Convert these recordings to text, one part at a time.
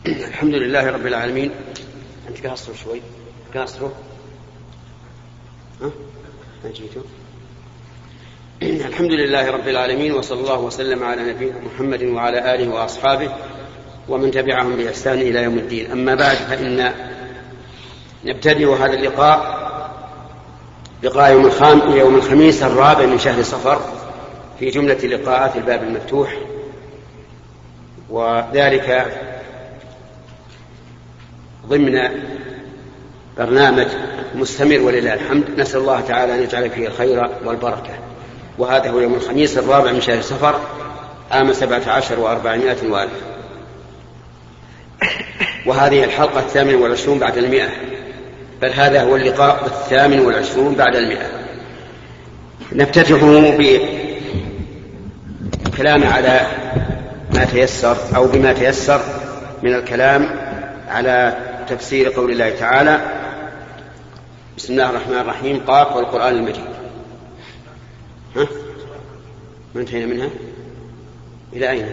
الحمد لله رب العالمين. أنت كاسره شوي كاسره الحمد لله رب العالمين، وصلى الله وسلم على نبينا محمد وعلى آله وأصحابه ومن تبعهم بإحسان إلى يوم الدين. أما بعد، فإن نبتدئ هذا اللقاء يوم الخميس الرابع من شهر صفر في جملة لقاءات الباب المفتوح، وذلك ضمن برنامج مستمر ولله الحمد، نسأل الله تعالى أن يجعل فيه الخير والبركة. وهذا هو يوم الخميس الرابع من شهر صفر عام 17 و400 وألف، وهذه الحلقة 28 بعد 100، بل هذا هو اللقاء 28 بعد 100. نفتتحه بكلام على ما تيسر أو بما تيسر من الكلام على تفسير قول الله تعالى: بسم الله الرحمن الرحيم، قاف والقرآن المجيد. ما انتهينا منها إلى أين؟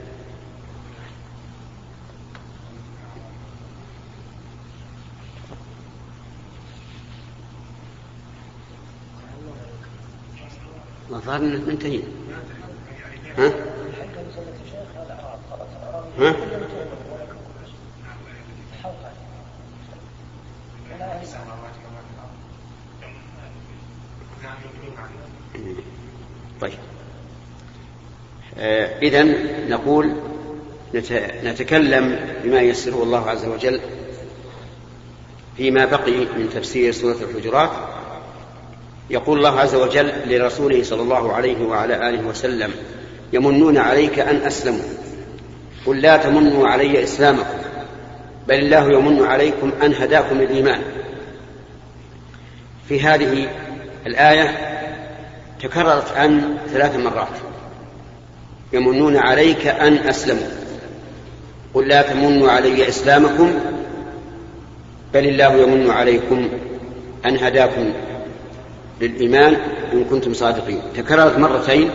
الظاهر منتهين. ها؟ طيب، إذن نقول نتكلم بما يسره الله عز وجل فيما بقي من تفسير سورة الحجرات. يقول الله عز وجل لرسوله صلى الله عليه وعلى آله وسلم: يمنون عليك أن أسلموا، قل لا تمنوا علي إسلامكم، بل الله يمن عليكم أن هداكم الإيمان. في هذه الآية تكررت أن 3 مرات: يمنون عليك أن أسلموا، قل لا تمنوا علي إسلامكم، بل الله يمن عليكم أن هداكم للإيمان إن كنتم صادقين. تكررت مرتين،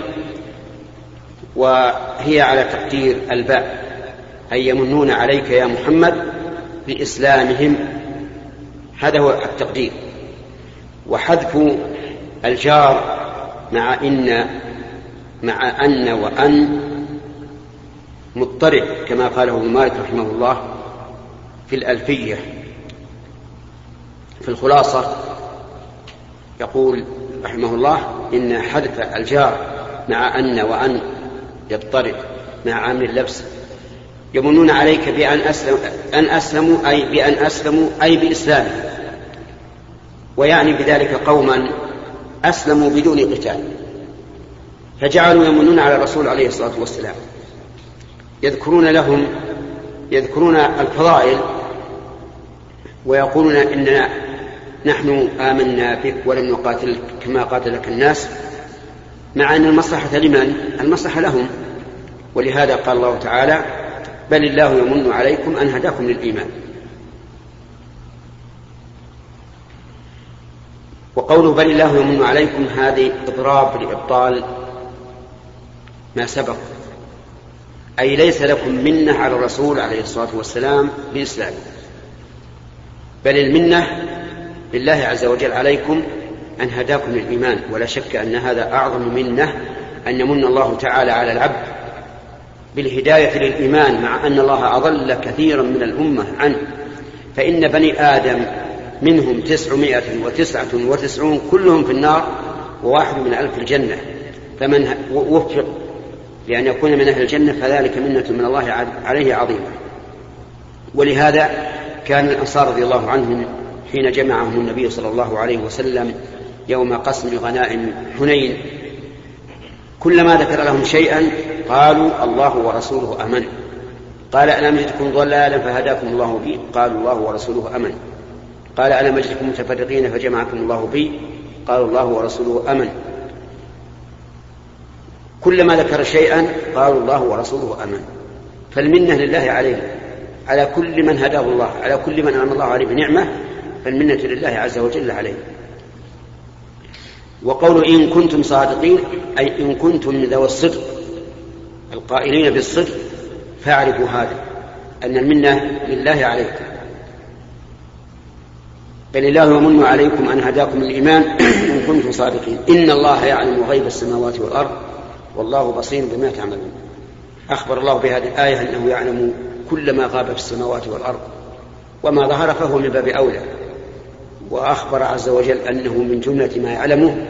وهي على تقدير الباء، أي يمنون عليك يا محمد بإسلامهم، هذا هو التقدير. وحذف الجار مع أن وأن مضطرب، كما قاله ابن مالك رحمه الله في الألفية. في الخلاصة يقول رحمه الله إن حذف الجار مع أن وأن يضطرب مع عامل اللبس. يمنون عليك بأن أسلموا أي بإسلامهم، ويعني بذلك قوما أسلموا بدون قتال، فجعلوا يمنون على الرسول عليه الصلاة والسلام، يذكرون الفضائل ويقولون إننا نحن آمنا بك ولم نقاتلك كما قاتلك الناس، مع أن المصلحة لمن؟ المصلحة لهم. ولهذا قال الله تعالى: بل الله يمن عليكم أن هداكم للإيمان. وقوله بل الله يمن عليكم هذه إضراب لإبطال ما سبق، أي ليس لكم منة على الرسول عليه الصلاة والسلام بإسلامه، بل المنة لله عز وجل عليكم أن هداكم للإيمان. ولا شك أن هذا أعظم منة، أن يمن الله تعالى على العبد بالهداية للإيمان، مع أن الله أضل كثيرا من الأمة عنه. فإن بني آدم منهم 999 كلهم في النار و1 من 1000 في الجنة، فمن وفق لأن يكون من أهل الجنة فذلك منة من الله عليه عظيمة. ولهذا كان الأنصار رضي الله عنهم حين جمعهم النبي صلى الله عليه وسلم يوم قسم غنائم حنين، كلما ذكر لهم شيئا قالوا الله ورسوله أمن. قال ألم يجدكم ضلالا فهداكم الله بي؟ قالوا الله ورسوله أمن. قال ألم يجدكم متفرقين فجمعكم الله بي؟ قالوا الله ورسوله أمن. كلما ذكر شيئا قالوا الله ورسوله أمن. فالمنة لله عليه على كل من هداه الله، على كل من أنعم الله عليه بنعمة، فالمنة لله عز وجل عليه. وقول إن كنتم صادقين أي إن كنتم من ذوي الصدق القائلين بالصدق فاعرفوا هذا، أن المنة لله عليكم، بل الله يمن عليكم أن هداكم الإيمان إن كنتم صادقين. إن الله يعلم غيب السماوات والأرض والله بصير بما تعملون. أخبر الله بهذه الآية أنه يعلم كل ما غاب في السماوات والأرض، وما ظهر فهو من باب أولى. وأخبر عز وجل أنه من جملة ما يعلمه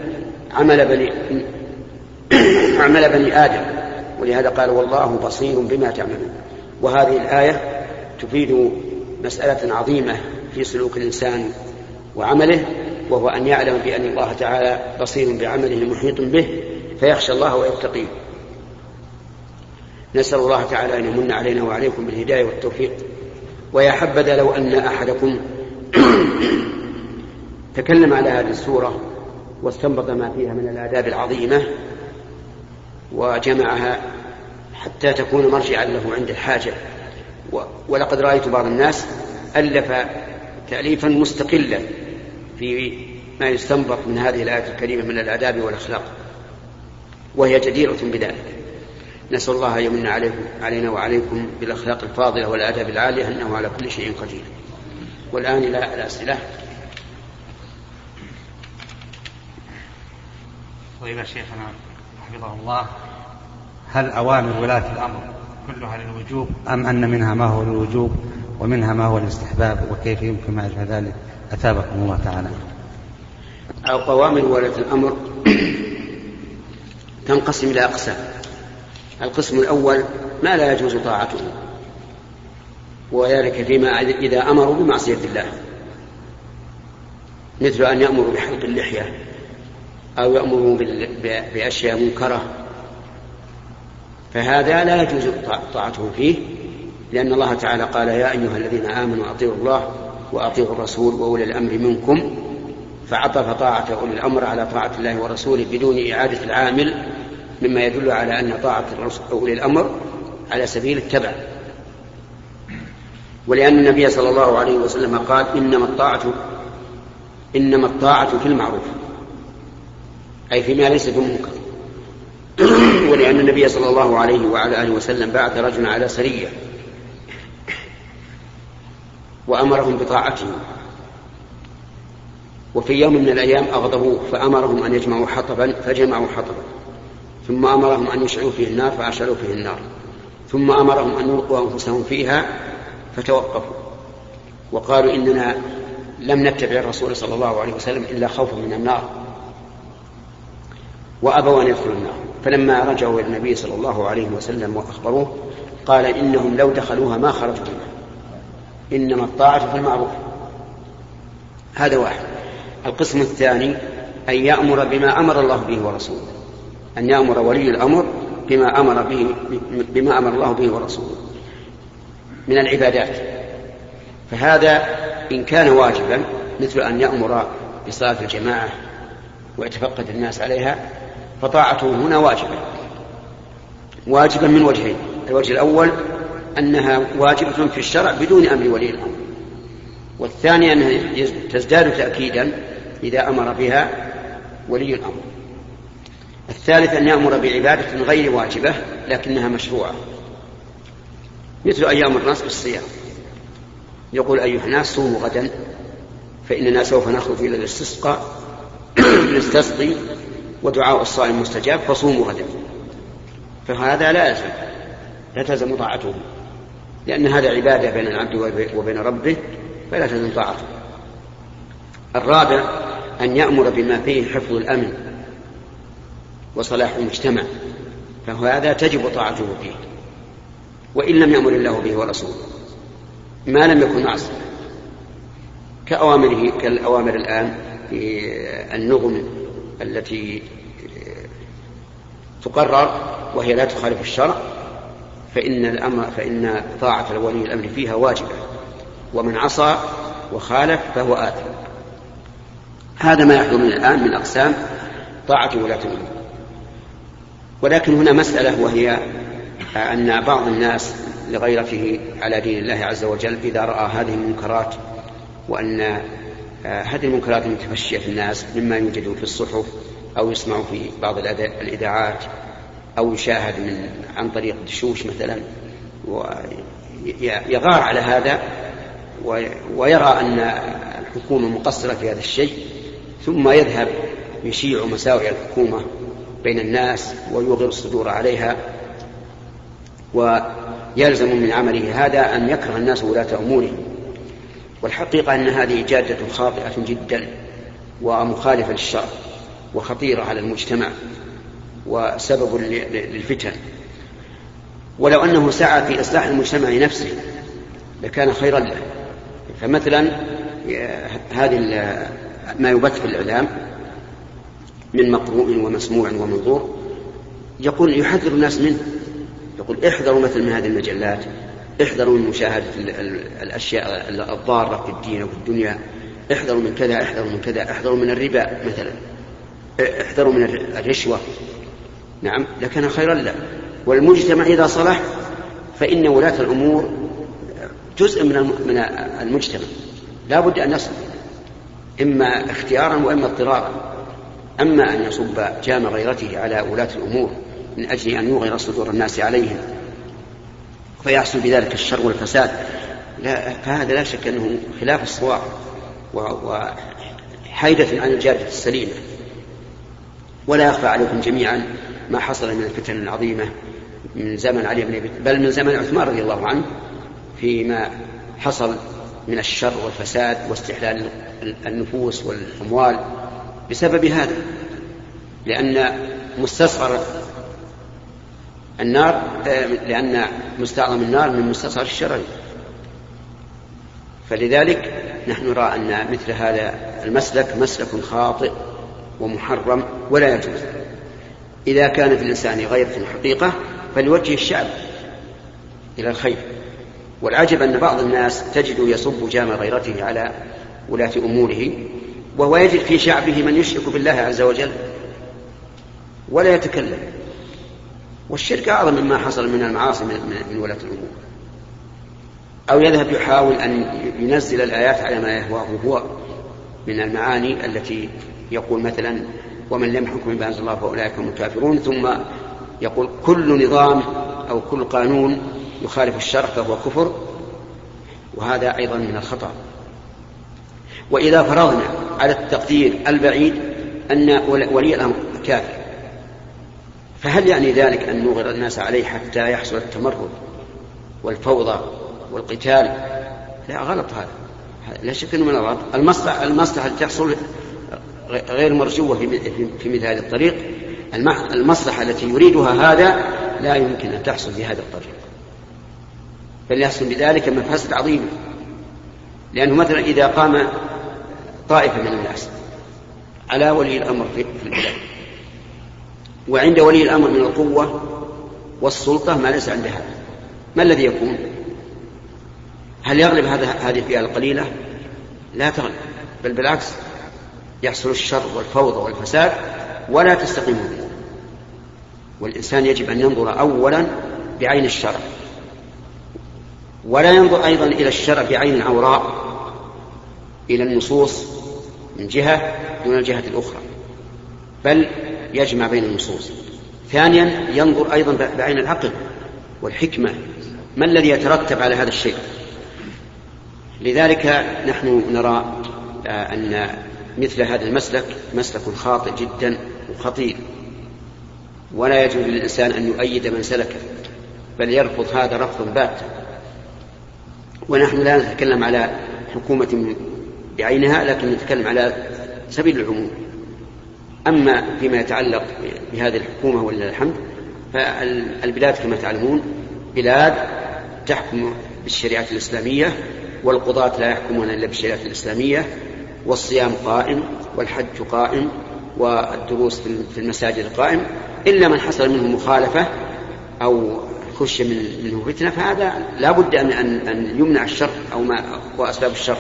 عمل بني آدم، ولهذا قال والله بصير بما تعملون. وهذه الآية تفيد مسألة عظيمة في سلوك الإنسان وعمله، وهو أن يعلم بأن الله تعالى بصير بعمله محيط به، فيخشى الله ويتقيه. نسأل الله تعالى أن يمن علينا وعليكم بالهداية والتوفيق. ويا حبذا لو أن أحدكم تكلم على هذه السورة واستنبط ما فيها من الآداب العظيمة وجمعها حتى تكون مرجعا له عند الحاجة. ولقد رأيت بعض الناس ألف تأليفا مستقلا في ما يستنبط من هذه الآية الكريمة من الآداب والأخلاق، وهي جديرة بذلك. نسأل الله يمن علينا وعليكم بالأخلاق الفاضلة والآداب العالية، أنه على كل شيء قدير. والآن إلى الأسئلة. طيب يا شيخنا حفظه الله، هل أوامر ولاة الأمر كلها للوجوب أم أن منها ما هو للوجوب ومنها ما هو للاستحباب، وكيف يمكن معرفة ذلك؟ أثابكم الله تعالى. أوامر ولاة الأمر تنقسم إلى أقسام. القسم الأول ما لا يجوز طاعته، وذلك فيما إذا أمروا بمعصية الله، مثل أن يأمروا بحلق اللحية أو يأمروا بأشياء منكرة، فهذا لا يجوز طاعته فيه، لأن الله تعالى قال يا أيها الذين آمنوا أطيعوا الله وأطيعوا الرسول وأولي الأمر منكم، فعطف طاعة أولي الأمر على طاعة الله ورسوله بدون إعادة العامل، مما يدل على أن طاعة أولي الأمر على سبيل التبع. ولأن النبي صلى الله عليه وسلم قال إنما الطاعة في المعروف، أي فيما ليس بمنكر. ولأن النبي صلى الله عليه وعلى آله وسلم بعث رجلا على سرية وأمرهم بطاعته، وفي يوم من الأيام أغضبوه فأمرهم أن يجمعوا حطبا فجمعوا حطبا، ثم أمرهم أن يشعلوا فيه النار فأشعلوا فيه النار، ثم أمرهم أن يلقوا أنفسهم فيها فتوقفوا وقالوا إننا لم نتبع الرسول صلى الله عليه وسلم إلا خوفا من النار، وأبوا أن يدخلوا النار. فلما رجعوا إلى النبي صلى الله عليه وسلم وأخبروه قال إنهم لو دخلوها ما خرجوا منها، إنما الطاعة في المعروف. هذا واحد. القسم الثاني أن يأمر بما أمر الله به ورسوله، أن يأمر ولي الأمر بما أمر الله به ورسوله من العبادات، فهذا إن كان واجبا مثل أن يأمر بصلاة الجماعة ويتفقد الناس عليها، فطاعته هنا واجبا من وجهين. الوجه الأول أنها واجبة في الشرع بدون أمر ولي الأمر، والثاني أنها تزداد تأكيدا إذا أمر بها ولي الأمر. الثالث أن يأمر بعبادة غير واجبة لكنها مشروعة، مثل أن يأمر الناس بالصيام، يقول أيها الناس صوموا غدا فإننا سوف نخرج إلى الاستسقاء نستسقي ودعاء الصائم مستجاب فصوموا غدا، فهذا لا تلزم طاعته، لأن هذا عبادة بين العبد وبين ربه فلا تلزم طاعته. الرابع أن يأمر بما فيه حفظ الأمن وصلاح المجتمع، فهذا تجب طاعته فيه وإن لم يأمر الله به ورسوله ما لم يكن معصية، كالأوامر الآن في النظم التي تقرر وهي لا تخالف الشرع، فإن طاعة ولي الأمر فيها واجبة، ومن عصى وخالف فهو آثم. هذا ما يحضر من الآن من أقسام طاعة ولاة الأمور. ولكن هنا مسألة، وهي أن بعض الناس لغيرته على دين الله عز وجل إذا رأى هذه المنكرات، وأن هذه المنكرات المتفشية في الناس مما يوجد في الصحف أو يسمع في بعض الإذاعات أو يشاهد عن طريق الدشوش مثلا ويغار على هذا ويرى أن الحكومة مقصرة في هذا الشيء، ثم يذهب يشيع مساوئ الحكومة بين الناس ويوغر الصدور عليها، ويلزم من عمله هذا أن يكره الناس ولاة أمورهم. والحقيقة أن هذه جادة خاطئة جدا ومخالفة للشرع وخطيرة على المجتمع وسبب للفتن. ولو أنه سعى في إصلاح المجتمع نفسه لكان خيرا له. فمثلا هذه ما يبث في الإعلام من مقروء ومسموع ومنظور يقول يحذر الناس منه، يقول احذروا مثل من هذه المجلات، احذروا من مشاهدة الأشياء الضارة في الدين وفي الدنيا، احذروا من كذا، احذروا من كذا، احذروا من الربا مثلا، احذروا من الرشوة. نعم، لكان خيرا له. والمجتمع إذا صلح فإن ولاة الأمور جزء من المجتمع لا بد أن يصلح، إما اختيارا وإما اضطرارا. أما أن يصب جام غيرته على ولاة الأمور من أجل أن يغير صدور الناس عليهم فيحصل بذلك الشر والفساد، فهذا لا شك أنه خلاف الصواب وحيدة عن الجادة السليمة. ولا يخفى عليكم جميعا ما حصل من الفتن العظيمة من زمن علي بن أبي طالب، بل من زمن عثمان رضي الله عنه، فيما حصل من الشر والفساد واستحلال النفوس والأموال بسبب هذا، لأن مستصغر النار، لأن مستعظم النار من مستصغر الشرر. فلذلك نحن نرى أن مثل هذا المسلك مسلك خاطئ ومحرم ولا يجوز. إذا كان في الإنسان غيرة حقيقة فليوجه الشعب إلى الخير. والعجب أن بعض الناس تجد يصب جام غيرته على ولاة أموره وهو يجد في شعبه من يشرك بالله عز وجل ولا يتكلم. والشرك أعظم مما حصل من المعاصي من ولاة الأمور. أو يذهب يحاول أن ينزل الآيات على ما يهواه هو من المعاني التي يقول مثلا ومن لم يحكم بما أنزل الله فأولئك هم الكافرون، ثم يقول كل نظام أو كل قانون يخالف الشرع فهو كفر، وهذا أيضا من الخطأ. وإذا فرضنا على التقدير البعيد أن ولي الأمر كافر، فهل يعني ذلك أن نغر الناس عليه حتى يحصل التمرد والفوضى والقتال؟ لا، غلط هذا، لا شك أنه من الغلط. المصلحة التي تحصل غير مرجوة في مثل هذا الطريق، المصلحة التي يريدها هذا لا يمكن أن تحصل في هذا الطريق، بل يحصل بذلك مفاسد عظيمة. لأنه مثلا إذا قام طائفة من الناس على ولي الأمر في البلاد، وعند ولي الأمر من القوة والسلطة ما ليس عند هذا، ما الذي يكون؟ هل يغلب هذه الفئة القليلة؟ لا تغلب، بل بالعكس يحصل الشر والفوضى والفساد ولا تستقيم به. والإنسان يجب أن ينظر أولا بعين الشرع، ولا ينظر أيضا إلى الشرع بعين عوراء إلى النصوص من جهة دون الجهة الأخرى، بل يجمع بين النصوص. ثانيا ينظر أيضا بعين العقل والحكمة، ما الذي يترتب على هذا الشيء. لذلك نحن نرى أن مثل هذا المسلك مسلك خاطئ جدا وخطير، ولا يجوز للإنسان أن يؤيد من سلكه، بل يرفض هذا رفضا باتا. ونحن لا نتكلم على حكومة بعينها، لكن نتكلم على سبيل العموم. أما فيما يتعلق بهذه الحكومة ولله الحمد، فالبلاد كما تعلمون بلاد تحكم بالشريعة الإسلامية، والقضاة لا يحكمون إلا بالشريعة الإسلامية، والصيام قائم والحج قائم والدروس في المساجد قائم، إلا من حصل منه مخالفة أو خش منه فتنة، فهذا لا بد أن يمنع الشر أو ما وأسباب الشر.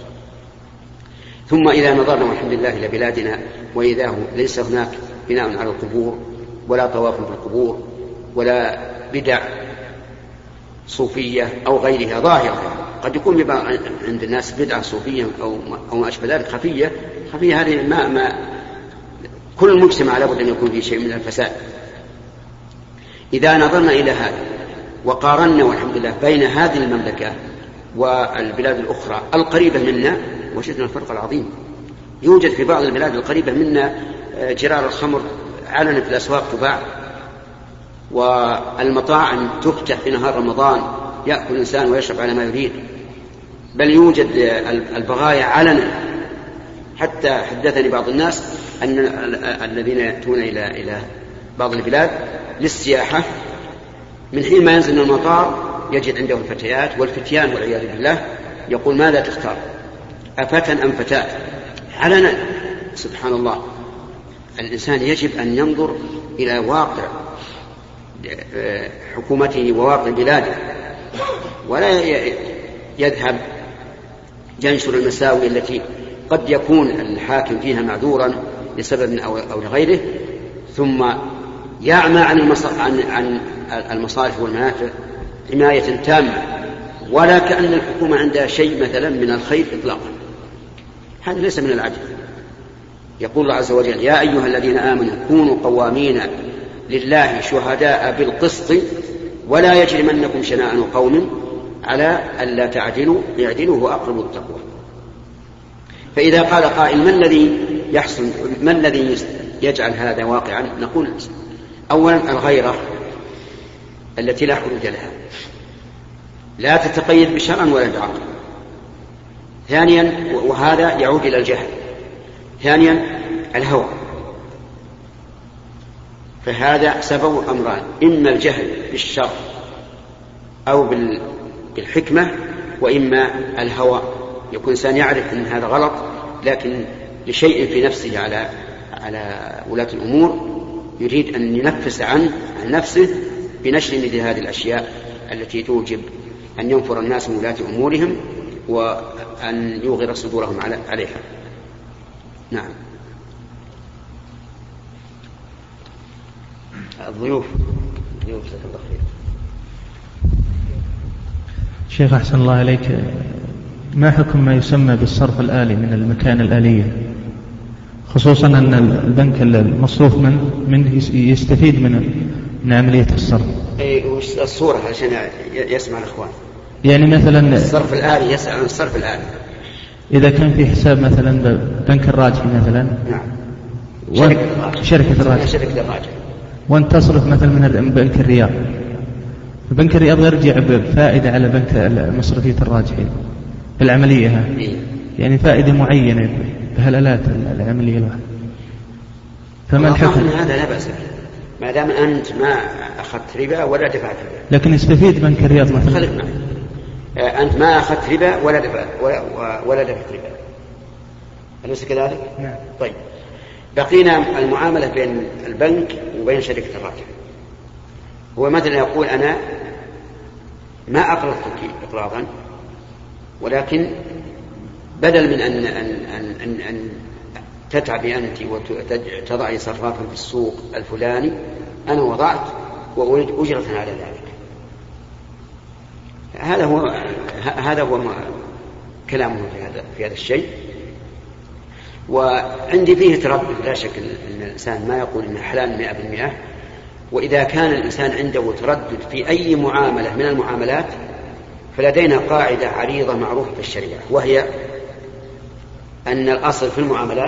ثم إذا نظرنا والحمد لله إلى بلادنا وإذا ليس هناك بناء على القبور ولا طواف بالقبور ولا بدع صوفية أو غيرها ظاهرة، قد يكون عند الناس بدعة صوفية أو ما أشبه ذلك خفية هذه ما كل المجتمع لابد أن يكون فيه شيء من الفساد. إذا نظرنا إلى هذا وقارنا والحمد لله بين هذه المملكة والبلاد الأخرى القريبة منا، وجدنا الفرق العظيم. يوجد في بعض البلاد القريبة منا جرار الخمر علنا في الأسواق تباع، والمطاعم تفتح في نهار رمضان يأكل الإنسان ويشرب على ما يريد، بل يوجد البغايا علنا. حتى حدثني بعض الناس أن الذين يأتون إلى بعض البلاد للسياحة من حين ما ينزل من المطار يجد عنده الفتيات والفتيان والعياذ بالله، يقول ماذا تختار، أفتى أم فتاة؟ علنا. سبحان الله. الإنسان يجب أن ينظر إلى واقع حكومته وواقع بلاده، ولا يذهب ينشر المساوئ التي قد يكون الحاكم فيها معذورا لسبب أو لغيره، ثم يعمى عن المصالح والمنافع حماية تامة، ولا كأن الحكومة عندها شيء مثلا من الخير إطلاقا. هذا ليس من العدل. يقول الله عز وجل يا أيها الذين آمنوا كونوا قوامين لله شهداء بالقسط ولا يجرمنكم شنآن قوم على ألا تعدلوا اعدلوا هو أقرب للتقوى. فإذا قال قائل ما الذي يجعل هذا واقعا؟ نقول أولا الغيرة التي لا حدود لها، لا تتقيد بشرع ولا بعقل. ثانيا وهذا يعود إلى الجهل. ثانيا الهوى، فهذا سبب أمران، إما الجهل بالشرع أو بالحكمة، وإما الهوى، يكون إنسان يعرف أن هذا غلط لكن لشيء في نفسه على ولاة الأمور يريد أن ينفس عن نفسه بنشر مثل هذه الأشياء التي توجب أن ينفر الناس من ولاة أمورهم وأن يغر صدورهم عليها. نعم. الضيوف جزاك الله خير. شيخ أحسن الله إليك، ما حكم ما يسمى بالصرف الآلي من المكان الآلية، خصوصا أن البنك المصروف منه يستفيد من عملية الصرف؟ وش الصورة عشان يسمع الأخوان؟ يعني مثلا الصرف الآلي، يسأل عن الصرف الآلي. إذا كان في حساب مثلا بنك الراجحي مثلا، نعم، شركة الراجحي، وأنت تصرف مثلا من بنك الرياض، فبنك الرياض يرجع بفائدة على بنك مصرفية الراجحي بالعملية يعني فائدة معينة بهالآلات العملية الواحدة، فما الحكم؟ هذا لا بأس ما دام أنت ما أخذت ربا ولا دفعت ربا. لكن يستفيد بنك الرياض مثلا. أنت ما أخذت ربا ولا دفعت ربا، أليس كذلك؟ نعم. طيب، بقينا المعاملة بين البنك وبين شركة الراجح. هو مثلا يقول أنا ما أقرضتك إقراضا، ولكن بدل من أن تتعبي أنت وتضعي صرفاتها في السوق الفلاني، أنا وضعت وأريد أجرة على ذلك. هذا هو كلامه في هذا الشيء. وعندي فيه تردد، لا شك أن الإنسان ما يقول إنه حلال 100%. وإذا كان الإنسان عنده تردد في أي معاملة من المعاملات، فلدينا قاعدة عريضة معروفة في الشريعة، وهي أن الأصل في المعاملات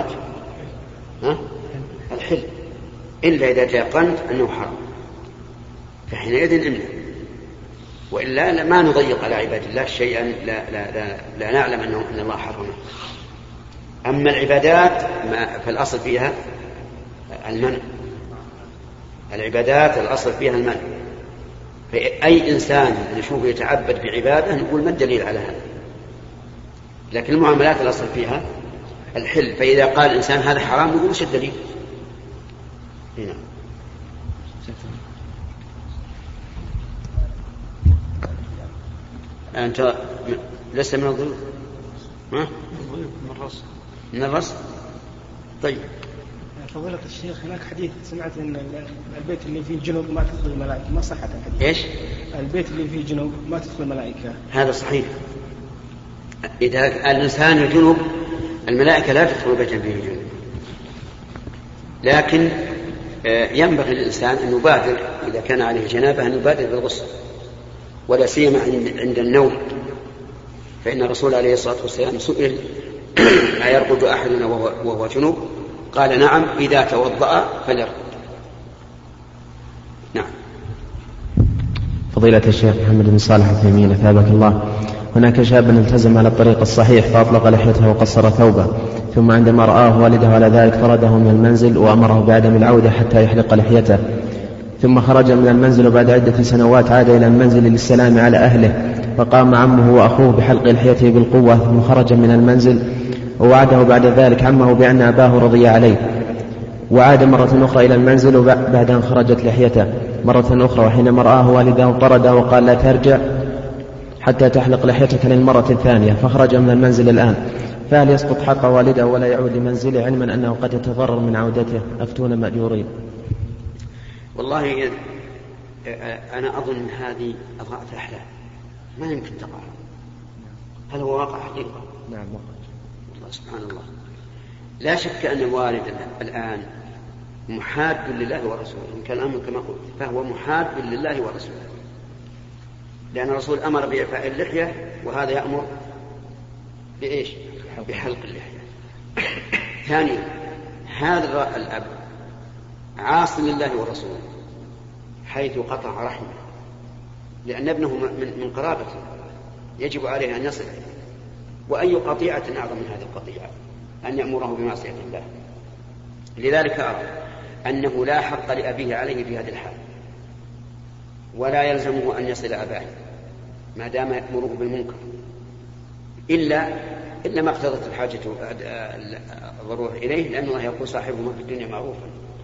الحل، إلا إذا تيقنت أنه حرام، فحينئذ امنع، وإلا ما نضيق على عباد الله شيئا لا نعلم أن الله حرمه. أما العبادات فالأصل فيها المنع. العبادات الأصل فيها المنع، فأي إنسان نشوفه يتعبد بعبادة نقول ما الدليل على هذا، لكن المعاملات الأصل فيها الحل. فإذا قال الإنسان هذا حرام نقول وش الدليل؟ هنا أنت لست من الضيوف؟ من الرصد. طيب، فضيلة الشيخ، هناك حديث سمعت أن البيت اللي فيه جنوب ما تدخل الملائكة، ما صحة الحديث؟ إيش؟ البيت اللي فيه جنوب ما تدخل الملائكة. هذا صحيح. إذا الإنسان الجنوب الملائكة لا تدخل بيتا فيه جنوب، لكن ينبغي للإنسان أن يبادر إذا كان عليه جنابة أن يبادر بالغسل، ولا سيما عند النوم، فإن الرسول عليه الصلاة والسلام سئل أيرقد أحدنا وهو جنوب؟ قال نعم إذا توضأ فليرقد. نعم. فضيلة الشيخ محمد بن صالح العثيمين أثابك الله، هناك شاب التزم على الطريق الصحيح فأطلق لحيته وقصر ثوبه، ثم عندما رآه والده على ذلك طرده من المنزل وأمره بعدم العودة حتى يحلق لحيته، ثم خرج من المنزل وبعد عدة سنوات عاد إلى المنزل للسلام على أهله، فقام عمه وأخوه بحلق لحيته بالقوة، ثم خرج من المنزل ووعده بعد ذلك عمه بأن أباه رضي عليه، وعاد مرة أخرى إلى المنزل وبعد أن خرجت لحيته مرة أخرى، وحينما رآه والده طرده وقال لا ترجع حتى تحلق لحيتك للمرة الثانية، فخرج من المنزل الآن، فهل يسقط حق والده ولا يعود لمنزله علما أنه قد يتضرر من عودته؟ أفتونا مأجورين. والله أنا أظن هذه أضاءة أحلام ما يمكن تقع. هل هو واقع حقيقة؟ نعم واقع. الله سبحان الله. لا شك أن الوالد الآن محاد لله ورسوله، إن كان الأمر كما قلت فهو محاد لله ورسوله، لأن الرسول أمر بإعفاء اللحية وهذا يأمر بإيش؟ بحلق اللحية. ثانيا هذا الأب عاص لله ورسوله حيث قطع رحمه، لأن ابنه من قرابته يجب عليه أن يصل، وأي قطيعة أعظم من هذه القطيعة أن يأمره بمعصية الله. لذلك أرى أنه لا حق لأبيه عليه في هذه الحال، ولا يلزمه أن يصل أباه ما دام يأمره بالمنكر، إلا ما اقتضت الحاجة الضرورة إليه، لأن الله يقول صاحبهما في الدنيا معروفا.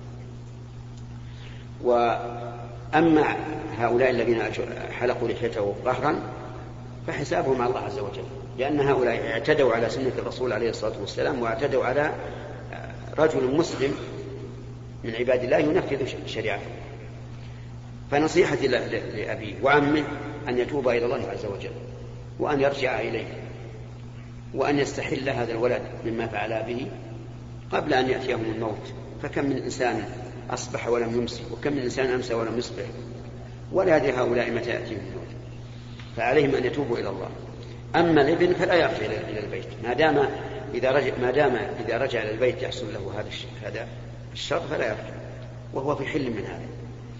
وأما هؤلاء الذين حلقوا لحيته قهرا فحسابهم على الله عز وجل، لأن هؤلاء اعتدوا على سنة الرسول عليه الصلاة والسلام، واعتدوا على رجل مسلم من عباد الله ينفذ شريعته. فنصيحتي لأبيه وعمه أن يتوب إلى الله عز وجل، وأن يرجع إليه، وأن يستحل هذا الولد مما فعل به قبل أن يأتيهم الموت. فكم من إنسان أصبح ولم يمسي، وكم من إنسان أمسى ولم يصبح، ولا يدري هؤلاء متى يأتيهم الموت، فعليهم أن يتوبوا إلى الله. أما الابن فلا يرجع إلى البيت ما دام إذا رجع إلى البيت يحصل له هذا الشر فلا يرجع، وهو في حل من هذا.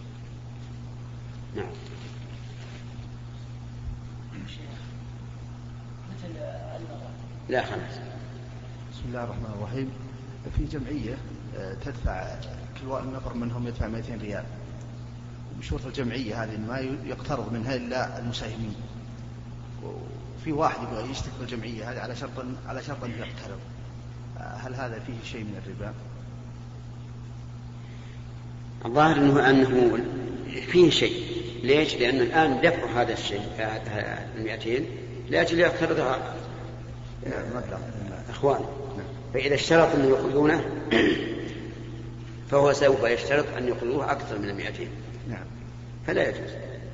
نعم. لا خمس. بسم الله الرحمن الرحيم. في جمعية تدفع كل نفر منهم يدفع 200 ريال، وبشروط الجمعية هذه ما يقترض منها إلا المساهمين، وفي واحد يبغى يشترك بالجمعية هذه على شرط أن يقترض، هل هذا فيه شيء من الربا؟ الظاهر أنه فيه شيء. ليش؟ لأن الآن دفع هذا الشيء 200 لأجل يقترضها أخوان، فإذا اشترط أن يأخذونه فهو سوف يشترط أن يأخذوه أكثر من 200. نعم. فلا يجوز.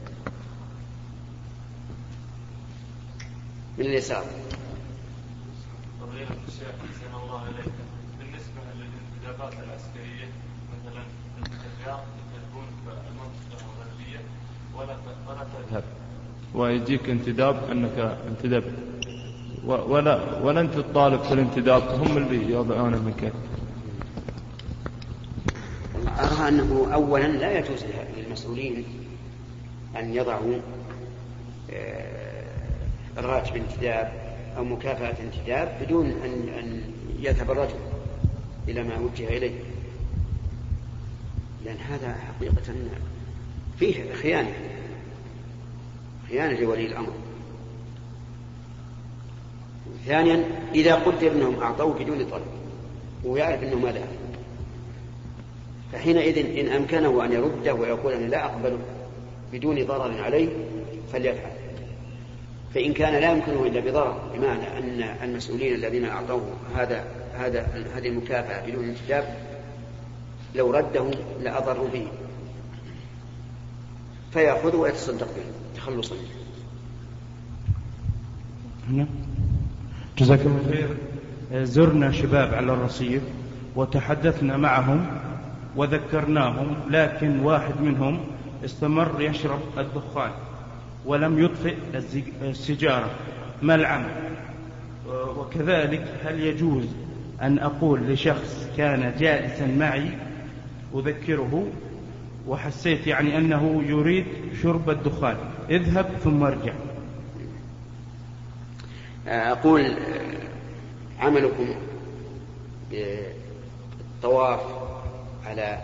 من اليسار. فضيلة الشيخ حسن الله عليك، بالنسبة للانتدابات العسكرية مثلا الانتداب تكون في المنطقة الغربية ولا تذهب، ويجيك انتداب أنك انتدب ولا أنت تطالب في الانتداب، هم اللي يضعونه منك. أرى أنه أولا لا يجوز للمسؤولين أن يضعوا راتب انتداب أو مكافأة انتداب بدون أن يذهب الرجل إلى ما وجه إليه، لأن هذا حقيقة فيه خيانة لولي الأمر. ثانيا إذا قدر أنهم أعطوه بدون طلب ويعرف أنه ما ذهب، فحينئذ إن أمكنه أن يرده ويقول أنا لا أقبله بدون ضرر عليه فليفعل. فإن كان لا يمكنه إلا بضرر، بمعنى أن المسؤولين الذين أعطوه هذه المكافأة بدون انتداب لو رده لأضروا به، فيأخذ ويتصدق به تخلصا منه. جزاكم الله خير. زرنا شباب على الرصيف وتحدثنا معهم وذكرناهم، لكن واحد منهم استمر يشرب الدخان ولم يطفئ السيجارة ما العمل؟ وكذلك هل يجوز أن أقول لشخص كان جالسا معي أذكره وحسيت يعني أنه يريد شرب الدخان اذهب ثم ارجع؟ أقول عملكم بالطواف على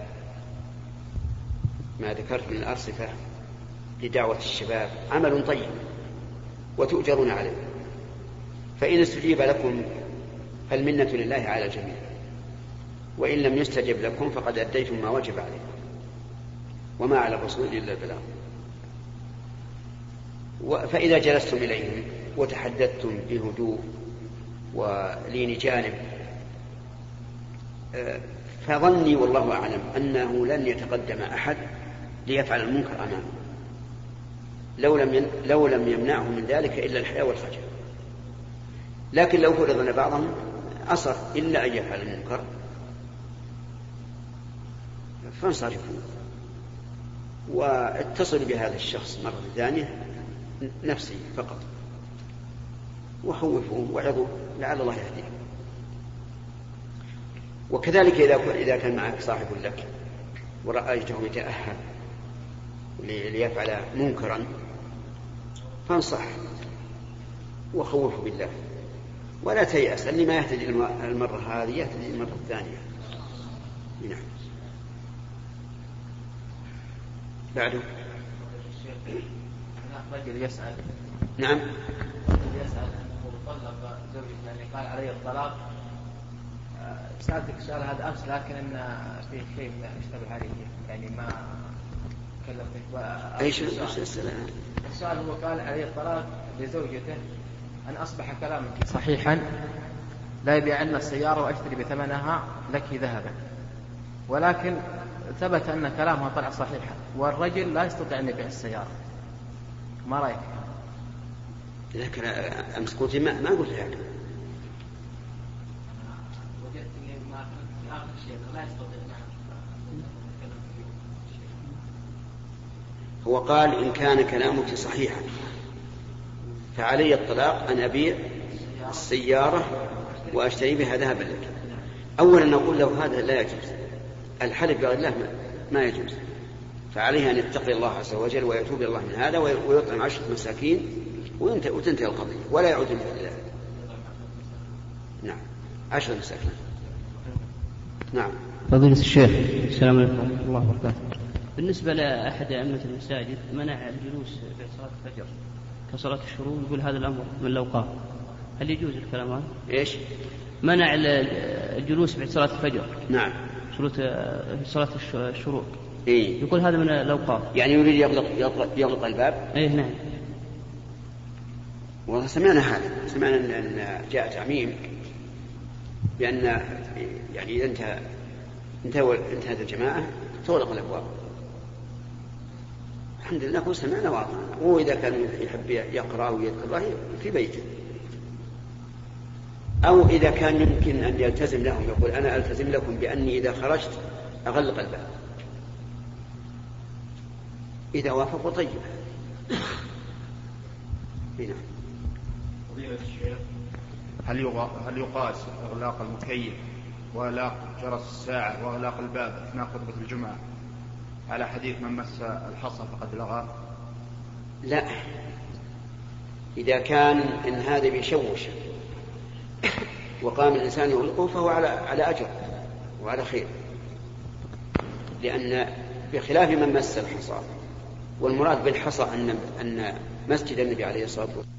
ما ذكرت من الأرصفة لدعوة الشباب عمل طيب وتؤجرون عليه، فإن استجيب لكم فالمنة لله على الجميع، وإن لم يستجب لكم فقد أديتم ما وجب عليكم وما على الرسول إلا البلاغ. فإذا جلستم إليهم وتحدثتم بهدوء ولين جانب فظني والله أعلم أنه لن يتقدم أحد ليفعل المنكر أمامه لو لم يمنعه من ذلك إلا الحياء والخجل. لكن لو فرض أن بعضهم أصر إلا أن يفعل المنكر فانصرفوا واتصل بهذا الشخص مرة ثانية نفسي فقط وخوفوه وعظوه لعل الله يهديه. وكذلك إذا كان معك صاحب لك ورأيته يتأهب ليفعل منكرا فانصح وخوفه بالله ولا تيأس، اللي ما يهتدي المرة هذه يهتدي المرة الثانية. نعم. بعده رجل يسأل. نعم. رجل يسأل أنه طلق زوجته يعني قال علي الطلاق. سألتك السؤال هذا أمس لكن إن في شيء يشتبه عليه يعني ما كلمتك. أيش السؤال هو قال علي الطلاق لزوجته أن أصبح كلامك صحيحا لا يبيعن السيارة وأشتري بثمنها لك ذهبا، ولكن ثبت أن كلامها طلع صحيحا والرجل لا يستطيع أن يبيع السيارة. ما رأيك؟ لكن أمس قلت ما قلت هذا. هو قال إن كان كلامك صحيحا فعلي الطلاق أن أبيع السيارة وأشتري بها ذهبا لك. أولا نقول له هذا لا يجوز، الحلف بغير الله ما يجوز، فعليه أن يتقي الله عز وجل ويتوب الله من هذا ويطعم 10 مساكين وتنتهي القضية ولا يعود إلى ذلك. نعم 10 مساكين. نعم. فضيلة الشيخ السلام عليكم ورحمة الله وبركاته. بالنسبة لأحد أئمة المساجد منع الجلوس بعد صلاة الفجر كصلاة الشروق، يقول هذا الأمر من الأوقاف، هل يجوز الكلام هذا؟ إيش؟ منع الجلوس بعد صلاة الفجر. نعم. صلاة الشروق. إيه؟ يقول هذا من الأوقاف، يعني يريد يغلق الباب. إيه نعم. والله سمعنا أن جاء تعميم بأن يعني إذا انتهت الجماعة تغلق الأبواب. الحمد لله كل سمعنا وأطعنا. وإذا كان يحب يقرأ ويذكر الله في بيته، أو إذا كان يمكن أن يلتزم لهم يقول أنا ألتزم لكم بأني إذا خرجت أغلق الباب، إذا وافقوا طيب. هنا فضيلة الشيخ هل يقاس إغلاق المكيف وإغلاق جرس الساعة وإغلاق الباب أثناء خطبة الجمعة على حديث من مس الحصى فقد لغى؟ لا، إذا كان إن هذا بيشوش وقام الإنسان يغلقه فهو على أجر وعلى خير، لأن بخلاف من مس الحصى، والمراد بالحصى أن مسجد النبي عليه الصلاة والسلام